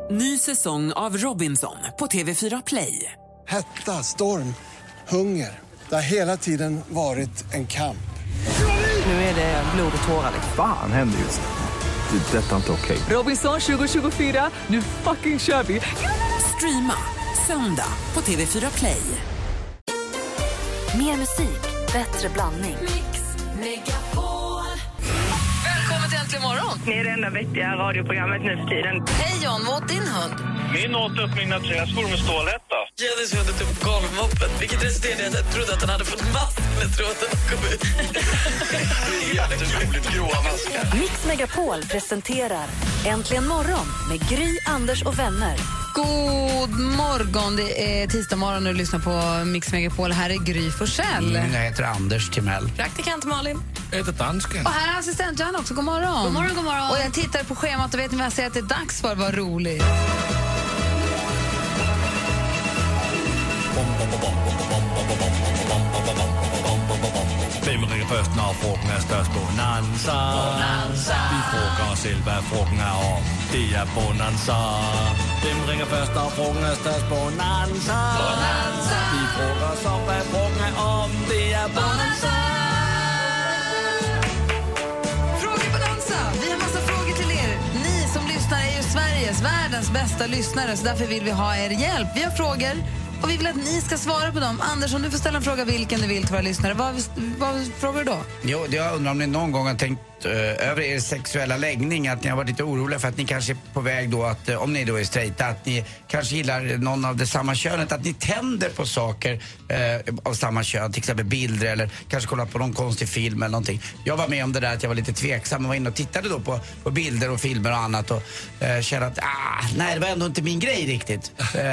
Ny säsong av Robinson på TV4 Play. Hetta, storm, hunger. Det har hela tiden varit en kamp. Nu är det blod och tårar. Fan händer just det. Det är detta inte okej. Robinson 2024, nu fucking kör vi. Streama söndag på TV4 Play. Mer musik, bättre blandning. Mix Megapol. Välkommen till Äntligen morgon. Ni är det enda vettiga radioprogrammet nu för tiden. Hej John, vad åt din hund? Min åt upp mina träskor med stålhätta. Jennys hund åt upp golvmoppen, vilket resulterade i att jag trodde att han hade fått mask när tråden kom ut. Det är jätteroligt, gråa maskar. Mix Megapol presenterar Äntligen morgon med Gry, Anders och vänner. God morgon, det är tisdag morgon och du lyssnar på Mix Megapol. Här är Gry Forssell. Jag heter Anders Timell. Praktikant Malin. Jag heter Dansken. Och här är assistent Johanna också. God morgon. God morgon, god morgon. Och jag tittar på schemat och vet ni vad jag säger att det är dags för? Vad roligt. Hvem ringer først, når frugten er størst? Bonanza. Vi frågar oss selv, hvad frugten er om. Det er Bonanza. Hvem ringer først, når frugten er størst? Bonanza. Vi frågar oss om, hvad frugten er om. Det er Bonanza. Frågebonanza. Vi har massa frågor till er. Ni som lyssnar är ju Sveriges, världens bästa lyssnare, så därför vill vi ha er hjälp. Vi har frågor och vi vill att ni ska svara på dem. Anders, om du får ställa en fråga vilken du vill till våra lyssnare, vad frågar du då? Jo, jag undrar om ni någon gång har tänkt över er sexuella läggning, att ni har varit lite oroliga för att ni kanske är på väg då att, om ni då är straighta, att ni kanske gillar någon av det samma könet, att ni tänder på saker av samma kön, till exempel bilder eller kanske kollar på någon konstig film eller någonting. Jag var med om det där att jag var lite tveksam och var inne och tittade då på bilder och filmer och annat och kände att nej, det var ändå inte min grej riktigt.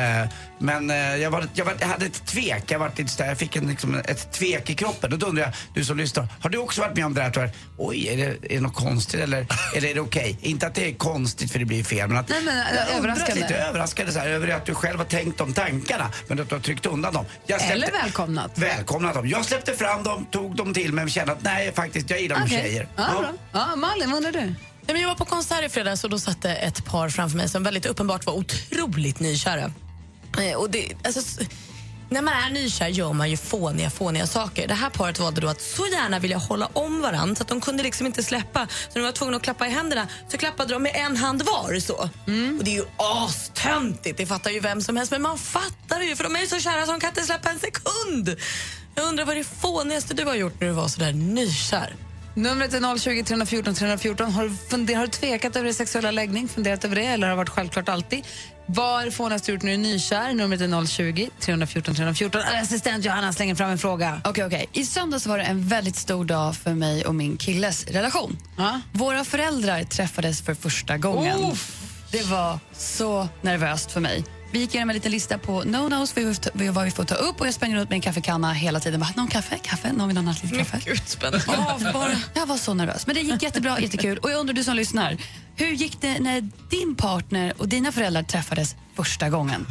Men jag hade ett tvek, jag fick ett tvek i kroppen och då undrar jag, du som lyssnar, har du också varit med om det här? Oj, är det något konstigt eller är det okej? Inte att det är konstigt för det blir fel, men att lite överraskande så här, över att du själv har tänkt de tankarna men att du har tryckt undan dem. Eller välkomnat dem. Jag släppte fram dem, tog dem till mig och kände att nej, faktiskt, jag gillar de tjejer. Ja, Malin, vad undrar du? Men jag var på konsert i fredags och då satt ett par framför mig som väldigt uppenbart var otroligt nykära. Och det, alltså, när man är nykär gör man ju fåniga saker. Det här paret valde då att så gärna vilja hålla om varandra så att de kunde liksom inte släppa. Så de var tvungna att klappa i händerna. Så klappade de med en hand var så. Och det är ju astöntigt, det fattar ju vem som helst. Men man fattar det ju, för de är ju så kära så de kan inte släppa en sekund. Jag undrar vad det fånigaste du har gjort när du var så där nykär. Numret är 020 314 314. Har du tvekat över din sexuella läggning? Funderat över det eller har det varit självklart alltid? Vad får nästa gjort när du är nykär? Numret är 020 314 314. Assistent Johanna slänger fram en fråga. Okej. I söndags var det en väldigt stor dag för mig och min killes relation. Våra föräldrar träffades för första gången. Det var så nervöst för mig. Vi gick igenom en liten lista på no-nos, vad vi får ta upp och jag sprang runt med en kaffekanna hela tiden. Någon kaffe? Någon vill ha annat lite kaffe? Jag var så nervös. Men det gick jättebra, jättekul. Och jag undrar, du som lyssnar, hur gick det när din partner och dina föräldrar träffades första gången?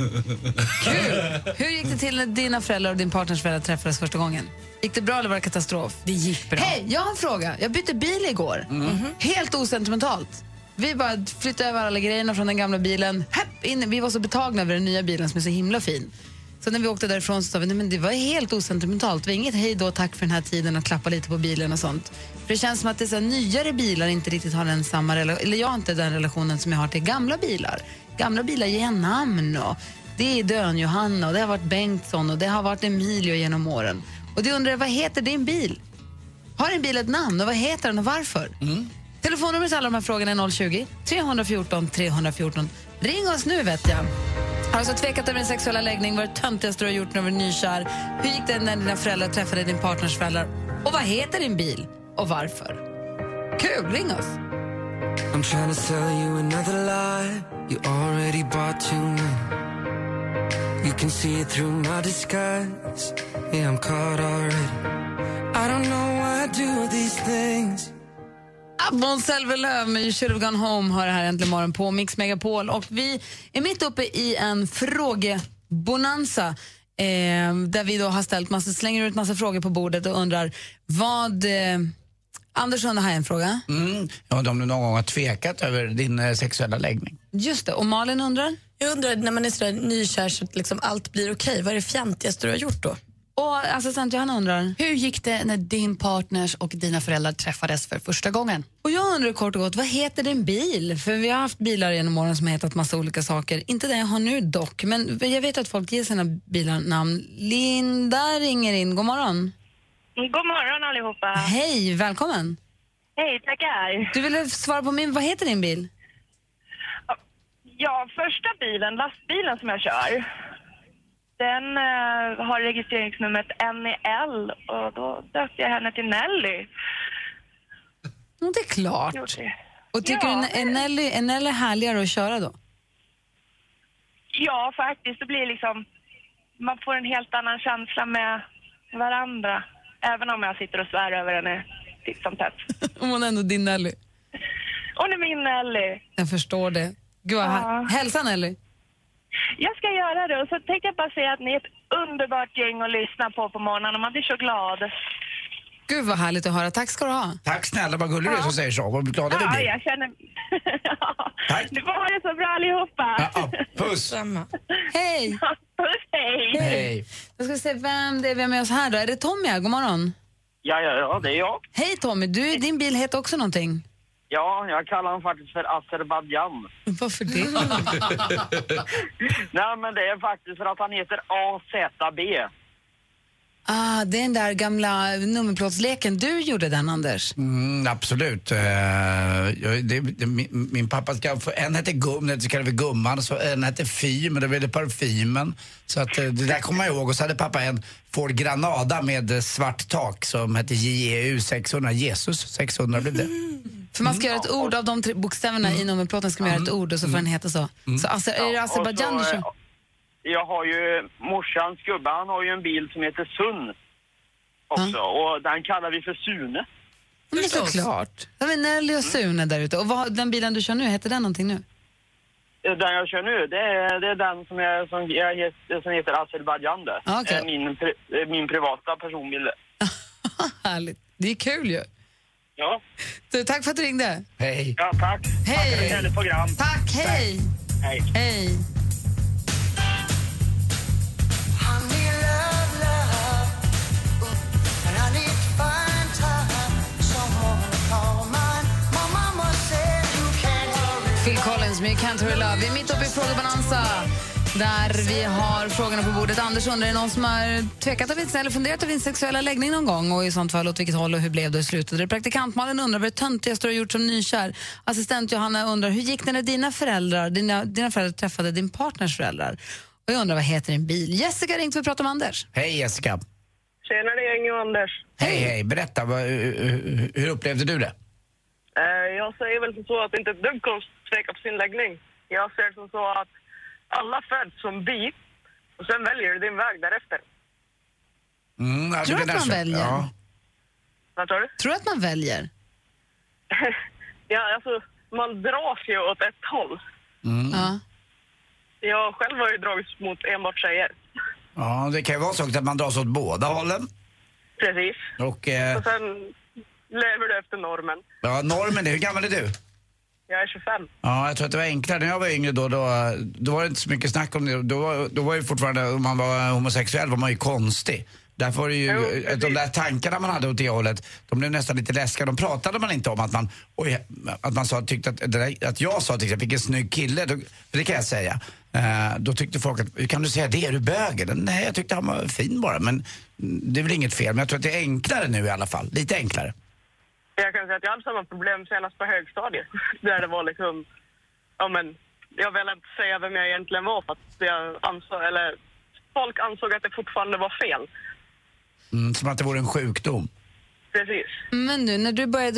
Kul! Hur gick det till när dina föräldrar och din partners föräldrar träffades första gången? Gick det bra eller var det katastrof? Det gick bra. Hej, jag har en fråga. Jag bytte bil igår. Helt osentimentalt. Vi bara flyttade över alla grejerna från den gamla bilen. Vi var så betagna över den nya bilen som är så himla fin. Så när vi åkte därifrån så sa vi, nej, men det var helt osentimentalt. Det var inget hej då, tack för den här tiden och klappa lite på bilen och sånt. För det känns som att det är så här, nyare bilar inte riktigt har den samma relation, eller jag har inte den relationen som jag har till gamla bilar. Gamla bilar ger namn och det är Dön Johanna och det har varit Bengtsson och det har varit Emilio genom åren. Och det undrar, vad heter din bil? Har din bil ett namn och vad heter den och varför? Telefonnumret till alla de här frågorna är 020 314 314. Ring oss nu, vet jag. Har du så tvekat över din sexuella läggning? Vad är det töntigaste du har gjort när du var nykär? Hur gick det när dina föräldrar träffade din partners föräldrar? Och vad heter din bil? Och varför? Kul, ring oss. I'm trying to sell you another lie. You already bought too many. You can see it through my disguise. Yeah, I'm caught already. I don't know why I do these things. Måns Zelmerlöw med You Should Have Gone Home har det här äntligen morgon på Mix Megapol. Och vi är mitt uppe i en frågebonanza där vi då har slänger ut massa frågor på bordet och undrar vad... Anders undrar här en fråga. Ja, om du någon gång har tvekat över din sexuella läggning. Just det, och Malin undrar? Jag undrar, när man är så nykär så att liksom allt blir okej, vad är det fjantigaste du har gjort då? Och assistent Johanna undrar? Hur gick det när din partners och dina föräldrar träffades för första gången? Och jag undrar kort och gott, vad heter din bil? För vi har haft bilar genom åren som har hetat massa olika saker. Inte det jag har nu dock, men jag vet att folk ger sina bilar namn. Linda ringer in, god morgon. God morgon allihopa. Hej, välkommen. Hej, tackar. Du ville svara på vad heter din bil? Ja, första bilen, lastbilen som jag kör, den har registreringsnumret NEL och då döpte jag henne till Nelly. Ja, det är klart. Och tycker du är Nelly härligare att köra då? Ja, faktiskt. Det blir liksom, man får en helt annan känsla med varandra. Även om jag sitter och svär över henne titt som tätt. Hon är ändå din Nelly. Hon är min Nelly. Jag förstår det. Gud, hälsa Nelly. Jag ska göra det, och så tänkte jag bara säga att ni är ett underbart gäng att lyssna på morgonen och man blir så glad. Gud vad härligt att höra, tack ska du ha. Tack snälla, vad gullig du är som säger så, vad glada vi blir. Ja, jag känner... Tack. Du får ha det så bra allihopa. Ja, puss. Hej. Puss, hej. Hej. Jag ska se vem det är vi har med oss här då. Är det Tommy här? God morgon. Ja, det är jag. Hej Tommy, din bil heter också någonting. Ja, jag kallar honom faktiskt för Azerbaijan. Varför det? Nej, men det är faktiskt för att han heter AZB. Det är den där gamla nummerplåtsleken. Du gjorde den, Anders? Absolut. Min pappa en hette Gumman, så en hette Fym, och det blev parfymen. Så att det där kommer jag ihåg. Och så hade pappa en Ford Granada med svart tak som hette JEU 600. Jesus 600 blev det. För man ska göra ett ord av de 3 bokstäverna i nummerplåten, ska man göra ett ord och så får den heta så. Så är det Azerbaijan du kör? Jag har ju morsans gubbe, han har ju en bil som heter Sun också, och den kallar vi för Sune. Men såklart. Då har vi Nelly och Sune där ute. Och den bilen du kör nu, heter den någonting nu? Den jag kör nu, det är den som heter Azerbaijan. Okay. Min privata personbil. Härligt. Det är kul ju. Ja. Tack för att du ringde. Hej. Ja, tack. Hej. Tack för ett härligt program. Tack, hej. Hej. Hej. Phil Collins med Can't Hurry Love. Vi är mitt uppe i Frågebalanza där vi har frågorna på bordet. Anders undrar, är det någon som har tvekat eller funderat över din sexuella läggning någon gång? Och i sånt fall, åt vilket håll och hur blev det i slutet? Det praktikant Malin undrar, vad är det töntigaste du har gjort som nykär? Assistent Johanna undrar, hur gick det när dina föräldrar träffade din partners föräldrar? Och jag undrar, vad heter din bil? Jessica ringt för att prata om Anders. Hej Jessica. Tjenare, Inge och Anders. Hej. Berätta, hur upplevde du det? Jag säger väl så att det inte är ett dugg konst att tveka på sin läggning. Jag ser det som så att alla föds som bi och sen väljer du din väg därefter. Tror du att man väljer? Ja. Vad tror du? Tror du att man väljer? Ja, alltså man dras ju åt ett håll. Ja. Jag själv har ju dragits mot enbart tjejer. Ja, det kan ju vara så att man dras åt båda hållen. Precis. Och sen lever du efter normen. Ja, normen, hur gammal är du? Jag är 25. Ja, jag tror att det var enklare. När jag var yngre då var det inte så mycket snack om det. Då var ju fortfarande, om man var homosexuell var man ju konstig. Därför var det ju, de där tankarna man hade åt det hållet, de blev nästan lite läskiga. De pratade man inte om att man sa, tyckte att jag sa till exempel, vilken snygg kille, för det kan jag säga. Då tyckte folk att, hur kan du säga det? Är du bög? Nej, jag tyckte han var fin bara, men det är väl inget fel. Men jag tror att det är enklare nu i alla fall, lite enklare. Jag kan säga att jag hade samma problem senast på högstadiet. Där det var liksom, jag ville inte säga vem jag egentligen var för att folk ansåg att det fortfarande var fel. Som att det vore en sjukdom. Precis. Men nu, när du började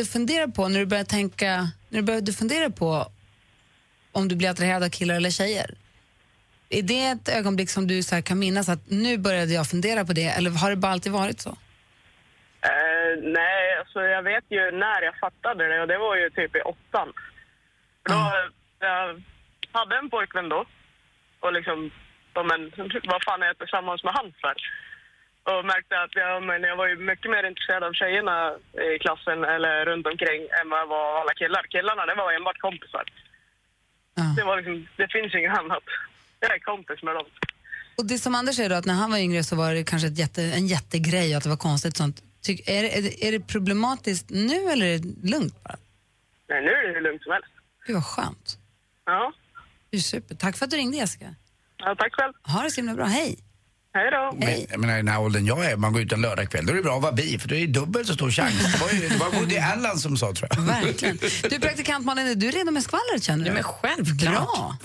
fundera på om du blir attraherad av killar eller tjejer, är det ett ögonblick som du så här kan minnas att nu började jag fundera på det, eller har det bara alltid varit så? Nej, alltså jag vet ju när jag fattade det, och det var ju typ i 8:an. Då jag hade en pojkvän då, och liksom, vad fan är jag tillsammans med han för? Och märkte att jag var ju mycket mer intresserad av tjejerna i klassen eller runt omkring än vad jag var av alla killar. Killarna, det var enbart kompisar. Det var liksom, det finns inget annat. Jag är kompis med dem. Och det som Anders säger då, att när han var yngre så var det kanske en jättegrej att det var konstigt sånt. Är det problematiskt nu eller är det lugnt bara? Nej, nu är det lugnt som helst. Det var skönt. Ja. Det är super. Tack för att du ringde, Jessica. Ja, tack själv. Ha det så himla bra. Hej. Hej då. Men, jag menar, i den här åldern jag är, man går ut en lördagkväll, då är det bra att vara bi, för det är dubbelt så stor chans. Det var Woody Allen som sa, tror jag. Verkligen. Du, praktikant Malin, är du redo med skvallret, känner du? Ja, men självklart. Bra.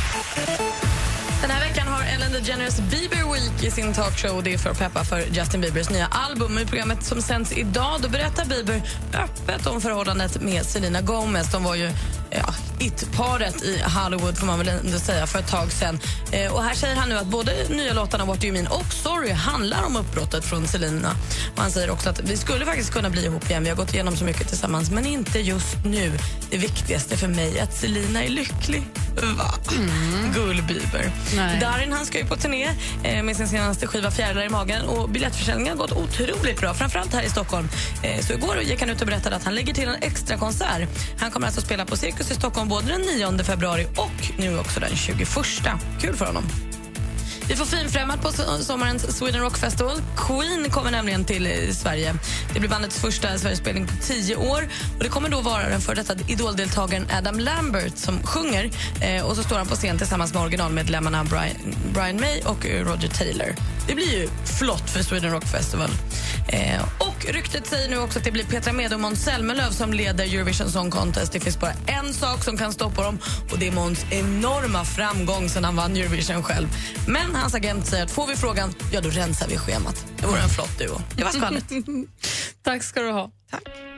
Den här veckan har Ellen DeGeneres Bieber Week i sin talkshow. Det är för att peppa för Justin Biebers nya album. I programmet som sänds idag då berättar Bieber öppet om förhållandet med Selena Gomez. De var ju it-paret i Hollywood, får man väl ändå säga, för ett tag sedan. Och här säger han nu att både nya låtarna What Do You Mean och Sorry handlar om uppbrottet från Selena. Och han säger också att vi skulle faktiskt kunna bli ihop igen. Vi har gått igenom så mycket tillsammans, men inte just nu. Det viktigaste för mig är att Selena är lycklig. Va? Gull Bieber. Darin, han ska ju på turné med sin senaste skiva Fjärilar i magen, och biljettförsäljningen har gått otroligt bra, framförallt här i Stockholm. Så igår gick han ut och berättade att han lägger till en extra konsert. Han kommer alltså spela på Cirkus i Stockholm både den 9 februari och nu också den 21. Kul för honom. Vi får finfrämmat på sommarens Sweden Rock Festival. Queen kommer nämligen till Sverige. Det blir bandets första Sverigespelning på 10 år. Och det kommer då vara den för detta idoldeltagaren Adam Lambert som sjunger. Och så står han på scen tillsammans med originalmedlemmarna Brian May och Roger Taylor. Det blir ju flott för Sweden Rock Festival. Och ryktet säger nu också att det blir Petra Mede och Måns Zelmerlöw som leder Eurovision Song Contest. Det finns bara en sak som kan stoppa dem, och det är Måns enorma framgång sedan han vann Eurovision själv. Men hans agent säger att får vi frågan, ja då rensar vi schemat. Det vore en flott duo. Det var skvallret. Tack ska du ha. Tack.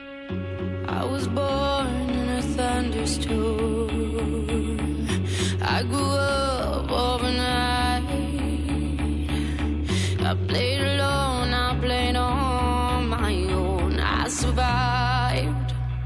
I was born in a thunderstorm. I grew up overnight. I played alone, I played on my own. I survived.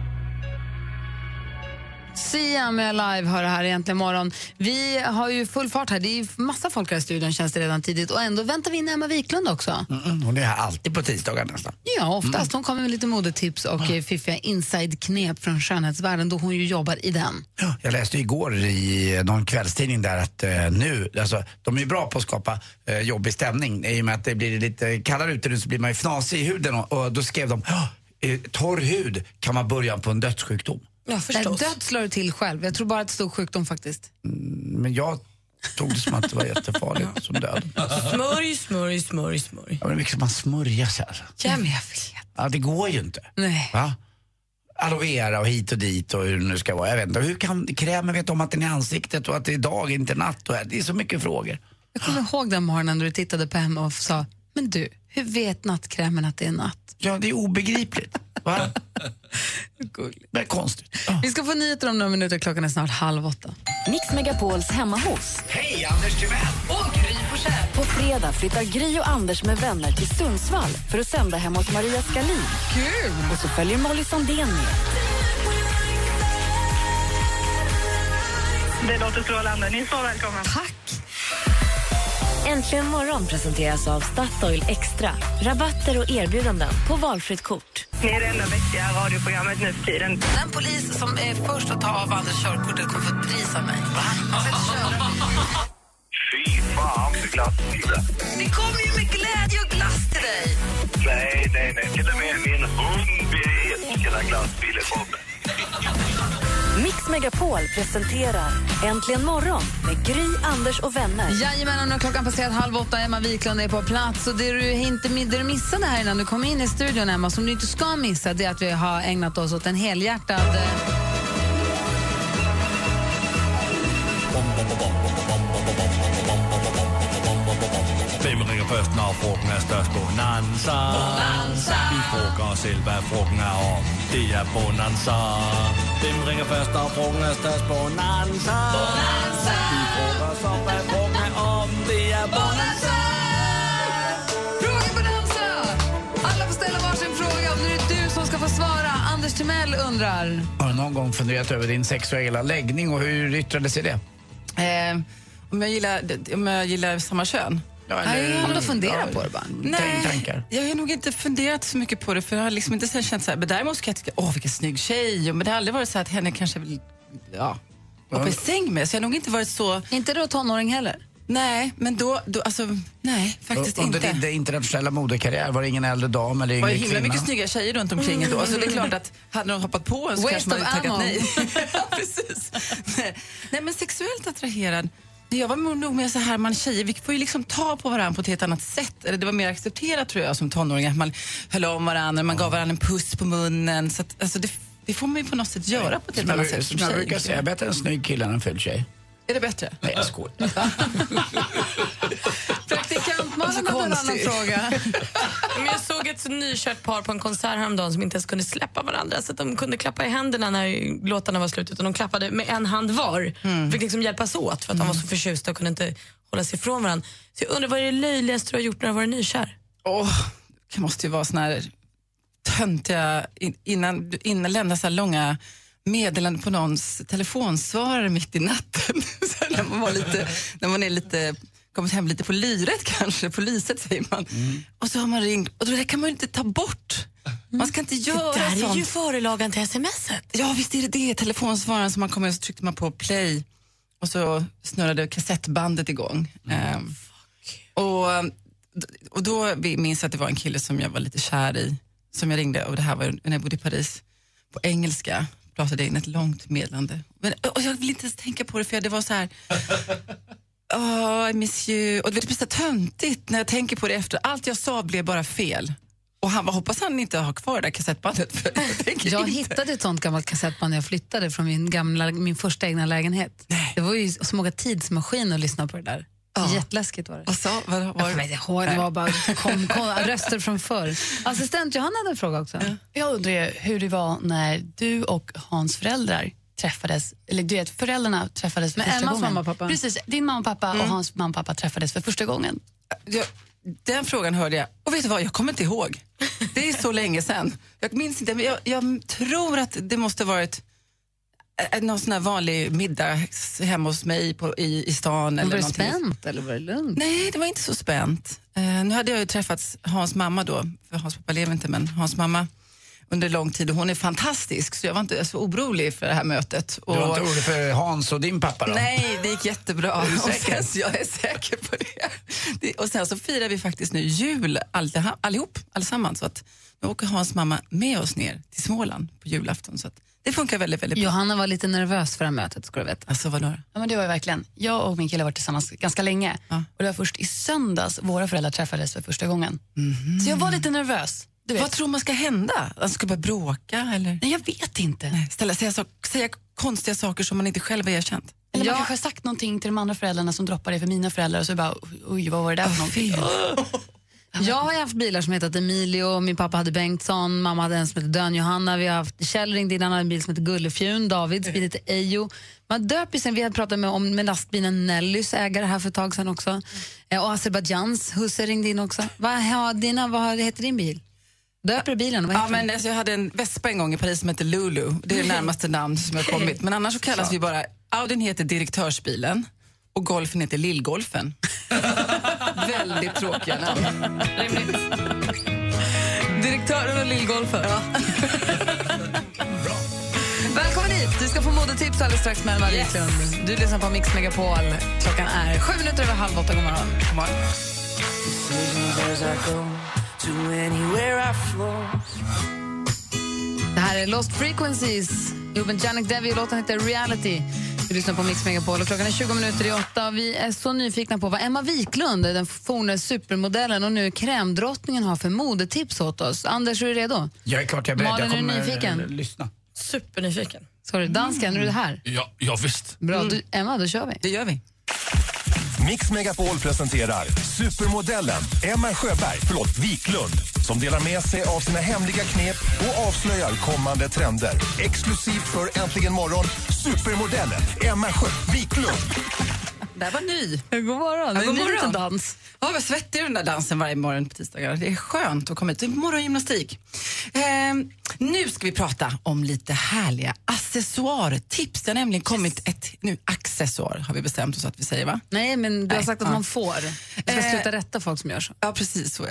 Sia med Live har det här egentligen imorgon. Vi har ju full fart här. Det är ju massa folk här i studion, känns det redan tidigt. Och ändå väntar vi in Emma Wiklund också. Hon är här alltid på tisdagar nästan. Ja, oftast. Hon kommer med lite modetips och fiffiga inside-knep från skönhetsvärlden, då hon ju jobbar i den. Jag läste igår i någon kvällstidning där att nu, alltså, de är ju bra på att skapa jobbig stämning. I och med att det blir lite kallare ute nu så blir man ju fnasig i huden. Och då skrev de, torr hud kan vara början på en dödssjukdom. Ja, förstås. Död slår du till själv. Jag tror bara att det stod sjukdom faktiskt. Men jag tog det som att det var jättefarligt som död. Smörj. Ja, men mycket som man smörjar sig. Alltså. Ja, men jag vet. Ja, det går ju inte. Nej. Va? Aloe vera och hit och dit och hur det nu ska vara. Jag vet inte. Hur kan krämen veta om att den är i ansiktet och att det är dag, inte natt? Och det är så mycket frågor. Jag kommer ihåg den morgonen när du tittade på hemma och sa, men du, hur vet nattkrämen att det är natt? Ja, det är obegripligt. Va? Det är konstigt. Vi ska få nyheter om några minuter, klockan är snart 7:30. Mix Megapols hemma hos. Hej, Anders Timell! Och Gry Forssell. På fredag flyttar Gry och Anders med vänner till Sundsvall för att sända hemma hos Maria Skalin. Kul! Och så följer Molly Sandén med. Det låter strålande. Ni är så välkomna. Tack! Äntligen morgon presenteras av Statoil Extra. Rabatter och erbjudanden på valfritt kort. Ni är det enda vettiga radioprogrammet nu för tiden. Den polis som är först att ta av Anders körkortet kommer få ett pris av mig. Han ska inte köra. Fy fan för glassbilen. Det kommer ju med glädje och glass till dig. Nej. Till och med min hund vet vilken glassbil är på. Mix Megapol presenterar Äntligen morgon med Gry, Anders och vänner. Jajamän, när klockan passerat 7:30, Emma Wiklund är på plats. Och det du missade här innan du kom in i studion, Emma, som du inte ska missa, det är att vi har ägnat oss åt en helhjärtad... Hvem ringer først, når frugten er størst? Bonanza. Vi frågar oss selv, hvad frugten er om. Det er Bonanza. Hvem ringer først, når frugten er størst? Bonanza. Vi frågar oss om, hvad frugten er om. Det er Bonanza. Fråga Bonanza! Alla får ställa varsin fråga. Nu är det du som ska få svara. Anders Timell undrar. Har du någon gång funderat över din sexuella läggning och hur yttrade sig det? Om jag gillar samma kön. Ja, om du funderar på det bara. Nej, tankar. Jag har nog inte funderat så mycket på det, för jag har liksom inte känt så här. Men däremot kan jag tycka, vilken snygg tjej. Men det har aldrig varit så att henne kanske vill, hoppa i säng med. Så jag har nog inte varit så... Inte då tonåring heller? Nej, men då alltså, nej, faktiskt inte. Under din internationella modekarriär var det ingen äldre dam eller yngre kvinna? Det var himla mycket snygga tjejer runt omkring då. Så det är klart att hade de hoppat på så kanske man hade tackat nej. Ja, precis. Nej, men sexuellt attraherad. Jag var nog med så här, man tjejer, vi får ju liksom ta på varandra på ett helt annat sätt. Eller det var mer accepterat tror jag som tonåring, att man höll om varandra, man gav varandra en puss på munnen. Så att, alltså det får man ju på något sätt göra på ett helt annat sätt som jag brukar säga, bättre en snygg kille än en ful tjej. Är det bättre? Nej, jag skojar. Praktikant Malin hade en annan fråga. Men jag såg ett så nykört par på en konsert häromdagen som inte ens kunde släppa varandra, så att de kunde klappa i händerna när låtarna var slut, utan de klappade med en hand var. Fick liksom hjälpas åt för att de var så förtjusta och kunde inte hålla sig ifrån varandra. Så jag undrar, vad är det löjligaste du har gjort när du var nykär? Det måste ju vara sån här töntiga innan lämna så här långa meddelande på någons telefonsvarare mitt i natten. Så när man är lite kommit hem lite på lyret kanske, på lyset säger man. Och så har man ringt, och det kan man ju inte ta bort. Man ska inte göra sånt. Det där är ju förelagan till sms:et. Ja, visst är det telefonsvararen som man kommer och så tryckte man på play och så snurrade kassettbandet igång. Och då minns jag att det var en kille som jag var lite kär i, som jag ringde, och det här var när jag bodde i Paris, på engelska. Pratade in ett långt meddelande. Och jag vill inte ens tänka på det, för det var så här... I miss you. Och det blir så töntigt när jag tänker på det efter. Allt jag sa blev bara fel. Och hoppas han inte har kvar det där kassettbandet. För jag hittade ett sånt gammalt kassettband när jag flyttade från min första egna lägenhet. Nej. Det var ju så många tidsmaskiner att lyssna på det där. Jätteläskigt var det. Och så, vad var det? Det var bara kom röster från förr. Assistent Johanna hade en fråga också. Ja. Jag undrar hur det var när du och Hans föräldrar träffades, eller du vet, föräldrarna träffades för första gången. Emmas mamma och pappa. Precis, din mamma och pappa och Hans mamma och pappa träffades för första gången. Den frågan hörde jag, och vet du vad, jag kommer inte ihåg. Det är så länge sedan. Jag minns inte, men jag tror att det måste varit någon sån här vanlig middag hemma hos mig i stan. Eller var det någonting. Spänt eller var det lugnt? Nej, det var inte så spänt. Nu hade jag ju träffat Hans mamma då, för Hans pappa lever inte, men Hans mamma under lång tid, och hon är fantastisk, så jag var inte så orolig för det här mötet. Du var inte orolig för Hans och din pappa då? Nej, det gick jättebra. Är du säker? Jag är säker på det. Och sen så firar vi faktiskt nu jul allesammans, så att nu åker Hans mamma med oss ner till Småland på julafton, så att det funkar väldigt, väldigt bra. Johanna var lite nervös för det här mötet, ska du veta. Alltså, vadå? Ja, men det var ju verkligen. Jag och min kille har varit tillsammans ganska länge. Ja. Och det var först i söndags våra föräldrar träffades för första gången. Så jag var lite nervös. Vad tror man ska hända? Att ska börja bråka eller? Nej, jag vet inte. Nej, säga konstiga saker som man inte själv har erkänt. Eller man kanske har sagt någonting till de andra föräldrarna som droppar det för mina föräldrar, och så bara, oj, vad var det där för någonting? Jag har haft bilar som hetat Emilio, min pappa hade Bengtsson, mamma hade en som hette Dön Johanna, vi har haft Kjell ringde in, han hade en bil som heter Gullefjun, Davids bil heter Ejo. Man döper sen, vi hade pratat med lastbilen Nellys ägare här för ett tag sedan också. Och Azerbajdzjans husse ringde in också. Vad heter din bil? Döper bilen? Men alltså, jag hade en Vespa en gång i Paris som heter Lulu. Det är det närmaste namn som jag kommit. Men annars så kallas vi bara, Audin heter direktörsbilen och Golfen heter Lillgolfen. Väldigt tråkiga namn. Direktören och Lillgolfen. Ja. Välkommen hit. Du ska få modetips alldeles strax med Marie Wiklund. Du lyssnar på Mix Megapol. Klockan är 7:07. God morgon. God morgon. Det här är Lost Frequencies. Ruben Janik Devi, låten heter Reality. Vi lyssnar på Mix Megapol och klockan är 7:20. Vi är så nyfikna på vad Emma Wiklund, den forna supermodellen och nu krämdrottningen, har för modetips åt oss. Anders, är du redo? Jag är klart, jag är beredd. Malin, jag kommer är du nyfiken? Lyssna. Supernyfiken. Ska du dansken, är du här? Ja visst. Bra, Emma, då kör vi. Det gör vi. Mix Megapol presenterar supermodellen Emma Wiklund, som delar med sig av sina hemliga knep och avslöjar kommande trender. Exklusivt för Äntligen morgon, supermodellen Emma Wiklund. Det här var ny. God morgon. Ja, god morgon. Liten dans. Ja, jag svettig den där dansen varje morgon på tisdagar. Det är skönt att komma hit. Det är morgongymnastik. Nu ska vi prata om lite härliga accessoartips. Det har nämligen kommit accessoar har vi bestämt oss att vi säger, va? Nej, men du har sagt att man får. Jag ska sluta rätta folk som gör så. Ja, precis så är det.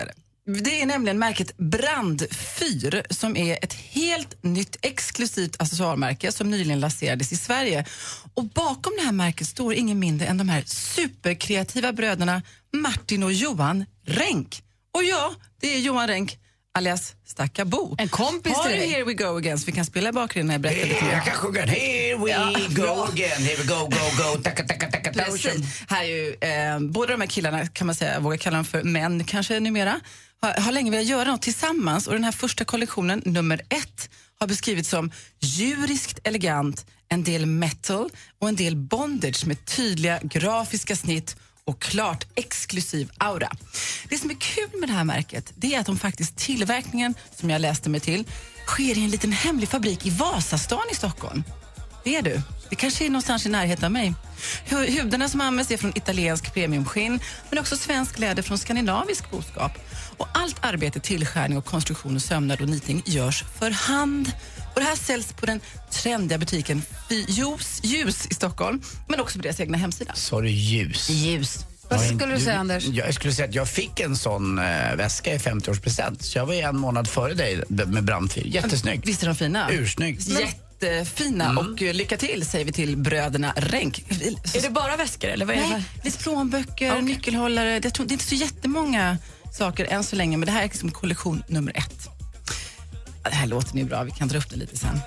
Det är nämligen märket Brandfyr som är ett helt nytt exklusivt accessoarmärke som nyligen lanserades i Sverige. Och bakom det här märket står ingen mindre än de här superkreativa bröderna Martin och Johan Renck. Och ja, det är Johan Renck alias Stakka Bo. En kompis till dig. Here we go again, så vi kan spela i bakgrunden när jag berättar lite mer. Jag kan sjunga Here we go again, here we go, tacka. Precis. Här är ju, båda de här killarna kan man säga, jag vågar kalla dem för män kanske numera, har länge velat göra något tillsammans, och den här första kollektionen, nummer 1, har beskrivits som djuriskt elegant, en del metal och en del bondage med tydliga grafiska snitt och klart exklusiv aura. Det som är kul med det här märket, det är att de faktiskt tillverkningen, som jag läste mig till, sker i en liten hemlig fabrik i Vasastan i Stockholm. Det är du. Det kanske är någonstans i närheten av mig. Hudarna som används är från italiensk premiumskinn, men också svensk läder från skandinavisk boskap. Och allt arbete, tillskärning och konstruktion och sömnad och nitning görs för hand. Och det här säljs på den trendiga butiken Ljus i Stockholm, men också på deras egna hemsida. Sorry, Ljus. Vad skulle du säga, Anders? Jag skulle säga att jag fick en sån väska i 50-årspresent. Så jag var 1 månad före dig med Brandfyr. Jättesnygg. Visst är de fina? Ursnygg. Jättefina. Och lycka till säger vi till bröderna Renck. Är det bara väskor eller vad är det? Nej, lite plånböcker, nyckelhållare. Det är inte så jättemånga saker än så länge, men det här är liksom kollektion nummer 1. Det här låter ju bra, vi kan dra upp det lite sen.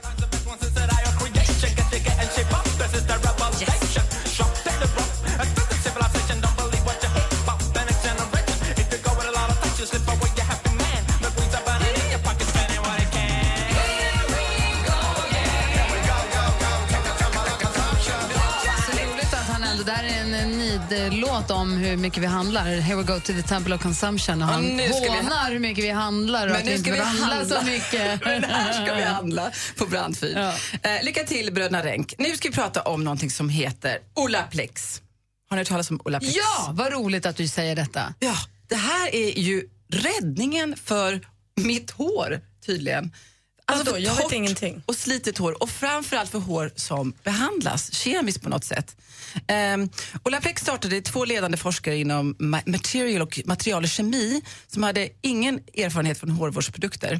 Det där är en nidlåt om hur mycket vi handlar. Here we go to the temple of consumption. Och han hånar hur mycket vi handlar och att vi inte handlar så mycket. Men här ska vi handla på Brandfyr. Ja. Lycka till, bröderna Renck. Nu ska vi prata om någonting som heter Olaplex. Har ni hört talas om Olaplex? Ja, vad roligt att du säger detta. Ja, det här är ju räddningen för mitt hår, tydligen. Alltså jag vet ingenting. Och slitet hår, och framförallt för hår som behandlas kemiskt på något sätt. Olaplex startade 2 ledande forskare inom material och kemi som hade ingen erfarenhet från hårvårdsprodukter.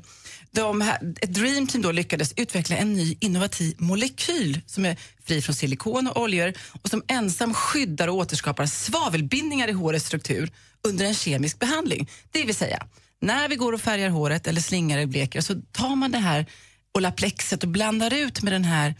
Ett Dream Team då lyckades utveckla en ny innovativ molekyl som är fri från silikon och oljor och som ensam skyddar och återskapar svavelbindningar i hårets struktur under en kemisk behandling. Det vill säga, när vi går och färgar håret eller slingar eller bleker, så tar man det här Olaplexet och blandar ut med den här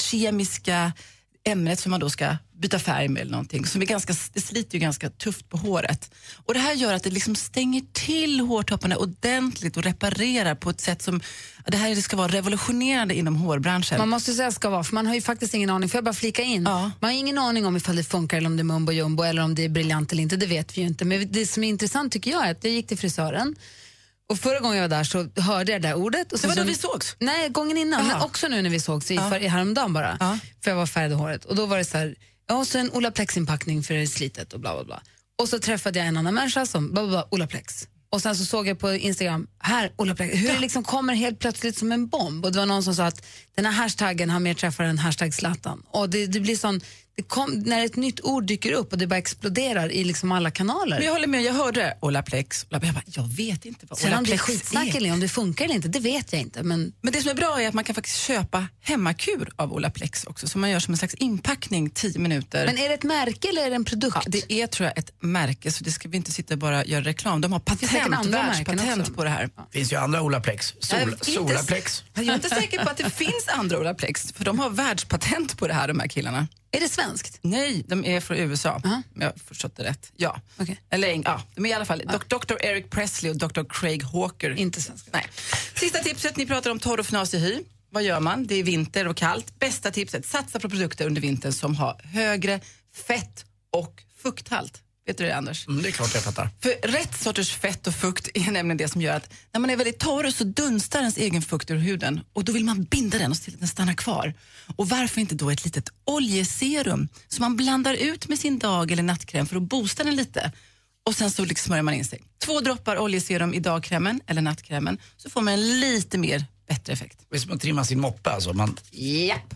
kemiska ämnet som man då ska byta färg med eller någonting. Som är det sliter ju ganska tufft på håret. Och det här gör att det liksom stänger till hårtopparna ordentligt och reparerar på ett sätt som, det ska vara revolutionerande inom hårbranschen. Man måste säga ska vara, för man har ju faktiskt ingen aning. Får jag bara flika in? Ja. Man har ingen aning om ifall det funkar eller om det är mumbo jumbo eller om det är briljant eller inte, det vet vi ju inte. Men det som är intressant tycker jag är att jag gick till frisören och förra gången jag var där så hörde jag det där ordet. Och det var då vi sågs? Nej, gången innan. Men också nu när vi sågs häromdagen bara. För jag var färdig håret. Och då var det så här, så en Olaplex-inpackning för slitet och bla bla bla. Och så träffade jag en annan människa som bla bla bla, Olaplex. Och sen så såg jag på Instagram, här Olaplex, hur det liksom kommer helt plötsligt som en bomb. Och det var någon som sa att den här hashtaggen har mer träffar än hashtag Zlatan. Och det blir sån, när ett nytt ord dyker upp och det bara exploderar i liksom alla kanaler. Men jag håller med, jag hörde Olaplex. Jag vet inte vad sen Olaplex om det är skitsnack eller om det funkar eller inte, det vet jag inte. Men det som är bra är att man kan faktiskt köpa hemmakur av Olaplex också. Så man gör som en slags inpackning 10 minuter. Men är det ett märke eller är det en produkt? Ja, det är tror jag ett märke, så det ska vi inte sitta och bara göra reklam. De har världspatent på det här. Det finns ju andra Olaplex. Solaplex. Jag är inte säker på att det finns andra Olaplex, för de har världspatent på det här, de här killarna. Är det svenskt? Nej, de är från USA. Jag har förstått det rätt. Ja. Okay. Eller de är i alla fall Dr. Eric Presley och Dr. Craig Hawker. Inte svenska. Nej. Sista tipset, ni pratar om torr och fnasig hy. Vad gör man? Det är vinter och kallt. Bästa tipset, satsa på produkter under vintern som har högre fett och fukthalt. Vet du det, Anders? Det är klart jag fattar. För rätt sorters fett och fukt är nämligen det som gör att när man är väldigt torr så dunstar ens egen fukt ur huden. Och då vill man binda den och se till att den stannar kvar. Och varför inte då ett litet oljeserum som man blandar ut med sin dag- eller nattkräm för att boosta den lite. Och sen så liksom smörjer man in sig. 2 droppar oljeserum i dagkrämen eller nattkrämen, så får man en lite mer bättre effekt. Det är som att trimma sin moppe alltså. Japp.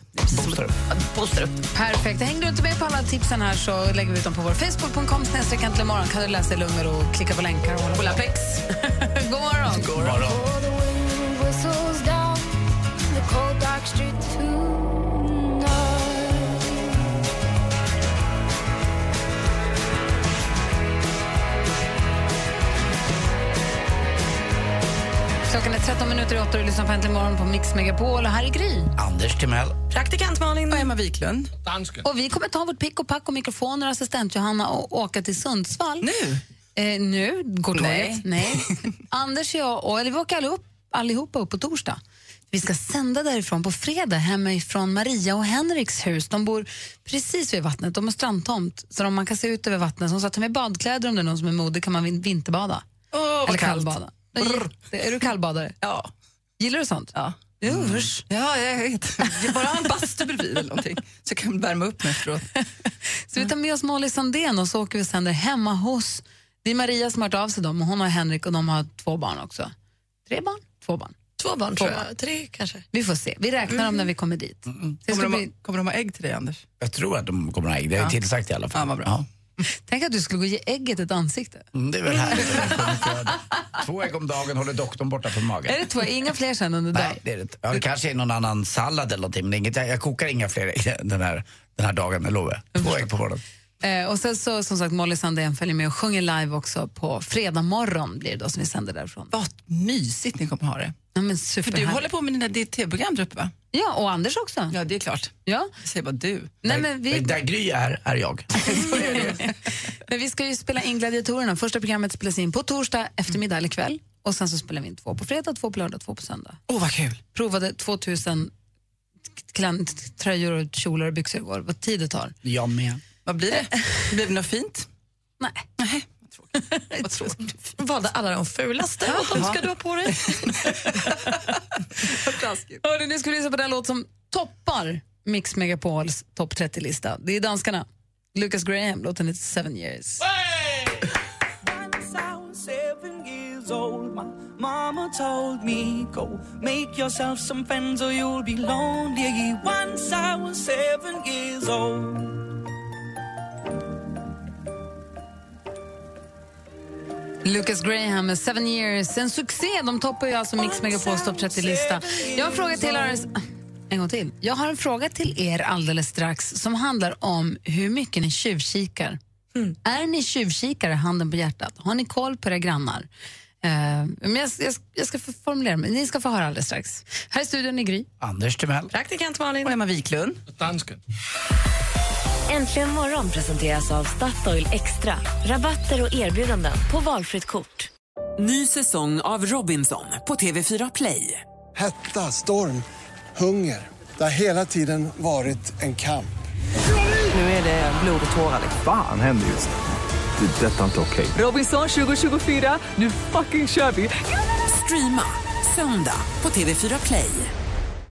Boostar upp. Perfekt. Hänger du inte med på alla tipsen här så lägger vi ut dem på vår Facebook.com/äntligenmorgon. Kan du läsa i lugn och klicka på länkar och Olaplex. God morgon. Klockan är 13:08 och lyssnar på Äntligen morgon på Mix Megapol. Och här är Gry. Anders Timell. Praktikant Malin. Och Emma Wiklund. Dansken. Och vi kommer ta vårt pick och pack och mikrofoner och assistent Johanna och åka till Sundsvall. Nu går tåget. Nej. Anders och jag, eller vi åker allihopa upp på torsdag. Vi ska sända därifrån på fredag hemifrån Maria och Henriks hus. De bor precis vid vattnet. De har strandtomt så man kan se ut över vattnet. Så de sa ta med badkläder om det är någon som är modig kan man vinterbada. Eller kallbada. Är du kallbadare? Ja. Gillar du sånt? Ja. Usch. Ja, jag vet. Jag bara har en bastu bredvid eller någonting. Så jag kan värma upp mig efteråt. Så vi tar med oss Molly Sandén och så åker vi sen där hemma hos... Det är Maria som har hört av sig dem och hon har Henrik och de har 2 barn också. 3 barn? 2 barn. 2 barn tror jag. 3 kanske. Vi får se. Vi räknar dem när vi kommer dit. Kommer de ha ägg till dig, Anders? Jag tror att de kommer ha ägg. Det är tillsagt i alla fall. Ja, vad bra. Ja. Tänk att du skulle gå och ge ägget ett ansikte. Det är väl härligt. 2 ägg om dagen håller doktorn borta från magen. Är det 2? Inga fler sen under dagen? Nej, det är det inte. Ja, det kanske är någon annan sallad eller någonting. Men inget, jag kokar inga fler ägg den här dagen, jag lovar. 2 ägg på morgonen. Och sen så, som sagt, Molly Sandén följer med och sjunger live också på fredag morgon blir det då som vi sänder därifrån. Vad mysigt ni kommer ha det. Ja, men för du håller på med ditt tv-program där uppe, va? Ja, och Anders också. Ja, det är klart. Ja. Jag säger bara du. Nej, men där Gry är jag. Men vi ska ju spela in Gladiatorerna. Första programmet spelas in på torsdag eftermiddag eller kväll. Och sen så spelar vi in 2 på fredag, 2 på lördag, 2 på söndag. Vad kul. Provade 2000 tröjor och kjolar och byxor igår. Vad tid det tar. Jag med. Vad blir det? Blir det något fint? Nej. Vad tråkigt. Valde alla de fulaste och de ska du ha på dig. Hörde, nu ska vi lyssna på den låt som toppar Mix Megapols topp 30-lista. Det är danskarna. Lucas Graham, låten heter 7 years. Mama told me, go make yourself some friends or you'll be lonely. Once I was 7 years old. Lucas Graham med 7 years. En succé, de toppar ju alltså Mix Megapols topp 30-lista. Jag har en fråga till er. En gång till. Jag har en fråga till er alldeles strax som handlar om hur mycket ni tjuvkikar. Är ni tjuvkikare, handen på hjärtat? Har ni koll på era grannar? Men jag ska få formulera mig. Ni ska få höra alldeles strax. Här i studion är Gry. Anders Timell. Praktikant Malin. Och Emma Wiklund. Dansken. Äntligen morgon presenteras av Statoil Extra. Rabatter och erbjudanden på valfritt kort. Ny säsong av Robinson på TV4 Play. Hetta, storm, hunger. Det har hela tiden varit en kamp. Nu är det blod och tårar. Fan händer just det. Det är detta inte okej. Robinson 2024, nu fucking kör vi. Streama söndag på TV4 Play.